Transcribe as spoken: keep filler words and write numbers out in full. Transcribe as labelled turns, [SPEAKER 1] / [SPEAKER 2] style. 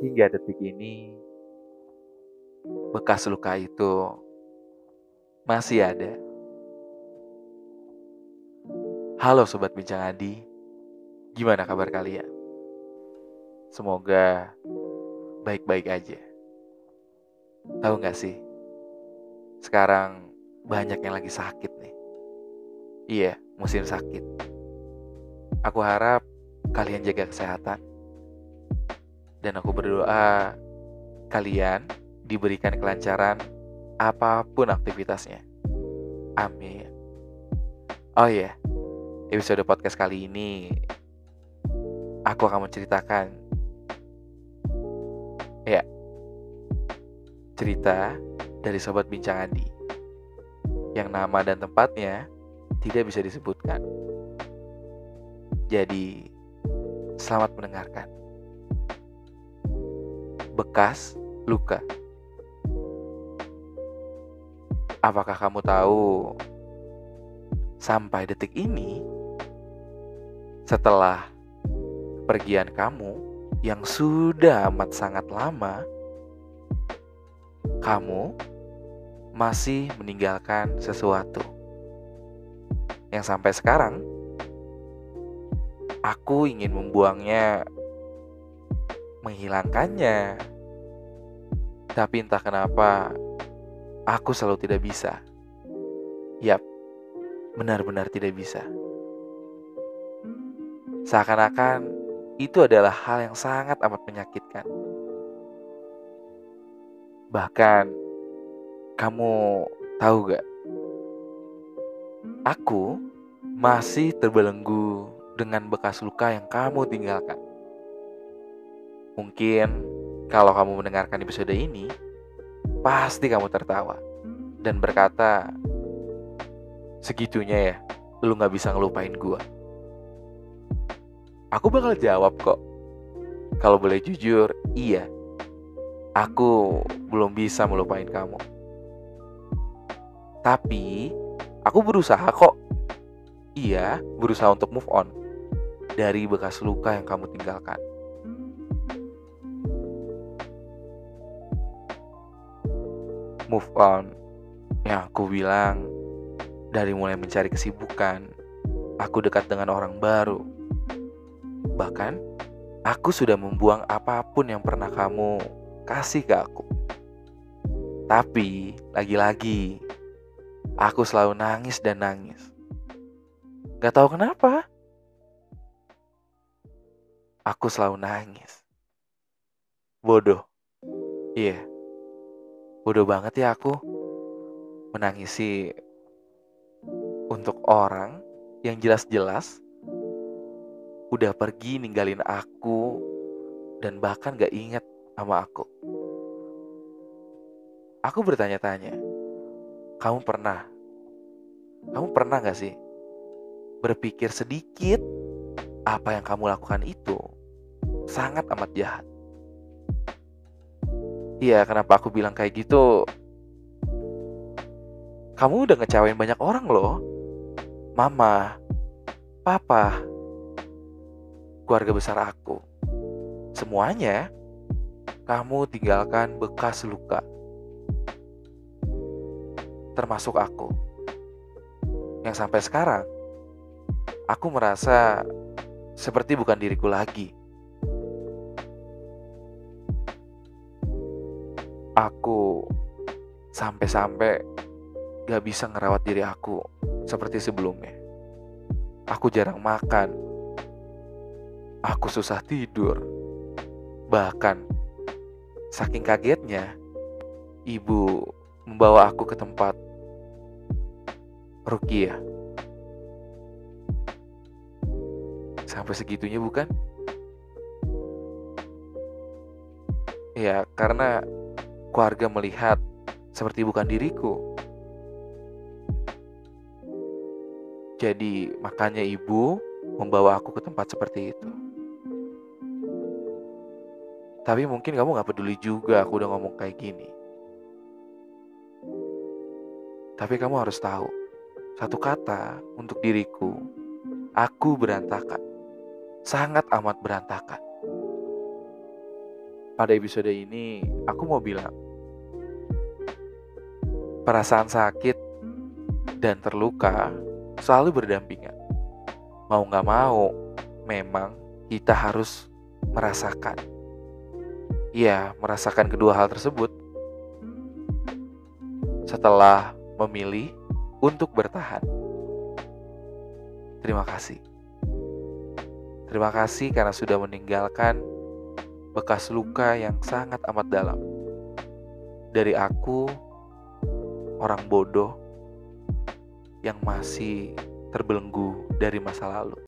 [SPEAKER 1] Hingga detik ini, bekas luka itu masih ada. Halo Sobat Bincang Adi, gimana kabar kalian? Semoga baik-baik aja. Tahu gak sih, sekarang banyak yang lagi sakit nih. Iya, musim sakit. Aku harap kalian jaga kesehatan. Dan aku berdoa kalian diberikan kelancaran apapun aktivitasnya. Amin. Oh iya, episode podcast kali ini aku akan menceritakan ya, cerita dari Sobat Bincang Adi yang nama dan tempatnya tidak bisa disebutkan. Jadi, selamat mendengarkan. Bekas luka. Apakah kamu tahu, sampai detik ini, setelah kepergian kamu yang sudah amat sangat lama, kamu masih meninggalkan sesuatu yang sampai sekarang aku ingin membuangnya, menghilangkannya, tapi entah kenapa aku selalu tidak bisa. Yap, benar-benar tidak bisa. Seakan-akan itu adalah hal yang sangat amat menyakitkan. Bahkan, kamu tahu gak? Aku masih terbelenggu dengan bekas luka yang kamu tinggalkan. Mungkin kalau kamu mendengarkan episode ini, pasti kamu tertawa dan berkata, segitunya ya, lu gak bisa ngelupain gua. Aku bakal jawab kok. Kalau boleh jujur, iya, aku belum bisa melupain kamu. Tapi, aku berusaha kok. Iya, berusaha untuk move on dari bekas luka yang kamu tinggalkan. Move on yang aku bilang dari mulai mencari kesibukan, aku dekat dengan orang baru. Bahkan, aku sudah membuang apapun yang pernah kamu kasih ke aku. Tapi, lagi-lagi, aku selalu nangis dan nangis. Gak tahu kenapa. Aku selalu nangis. Bodoh. Iya. Yeah. Bodoh banget ya aku. Menangisi untuk orang yang jelas-jelas udah pergi ninggalin aku dan bahkan gak ingat sama aku. Aku bertanya-tanya, kamu pernah? Kamu pernah gak sih berpikir sedikit apa yang kamu lakukan itu sangat amat jahat? Iya, kenapa aku bilang kayak gitu? Kamu udah ngecewain banyak orang loh. Mama, papa, keluarga besar aku. Semuanya kamu tinggalkan bekas luka. Termasuk aku. Yang sampai sekarang aku merasa seperti bukan diriku lagi. Aku sampai-sampai gak bisa ngerawat diri aku seperti sebelumnya. Aku jarang makan. Aku susah tidur. Bahkan, saking kagetnya, ibu membawa aku ke tempat ruqyah. Sampai segitunya bukan? Ya, karena keluarga melihat seperti bukan diriku. Jadi makanya ibu membawa aku ke tempat seperti itu. Tapi mungkin kamu gak peduli juga aku udah ngomong kayak gini. Tapi kamu harus tahu, satu kata untuk diriku, aku berantakan. Sangat amat berantakan. Pada episode ini, aku mau bilang, perasaan sakit dan terluka selalu berdampingan. Mau nggak mau, memang kita harus merasakan. Iya, merasakan kedua hal tersebut setelah memilih untuk bertahan. Terima kasih. Terima kasih karena sudah meninggalkan bekas luka yang sangat amat dalam. Dari aku, orang bodoh yang masih terbelenggu dari masa lalu.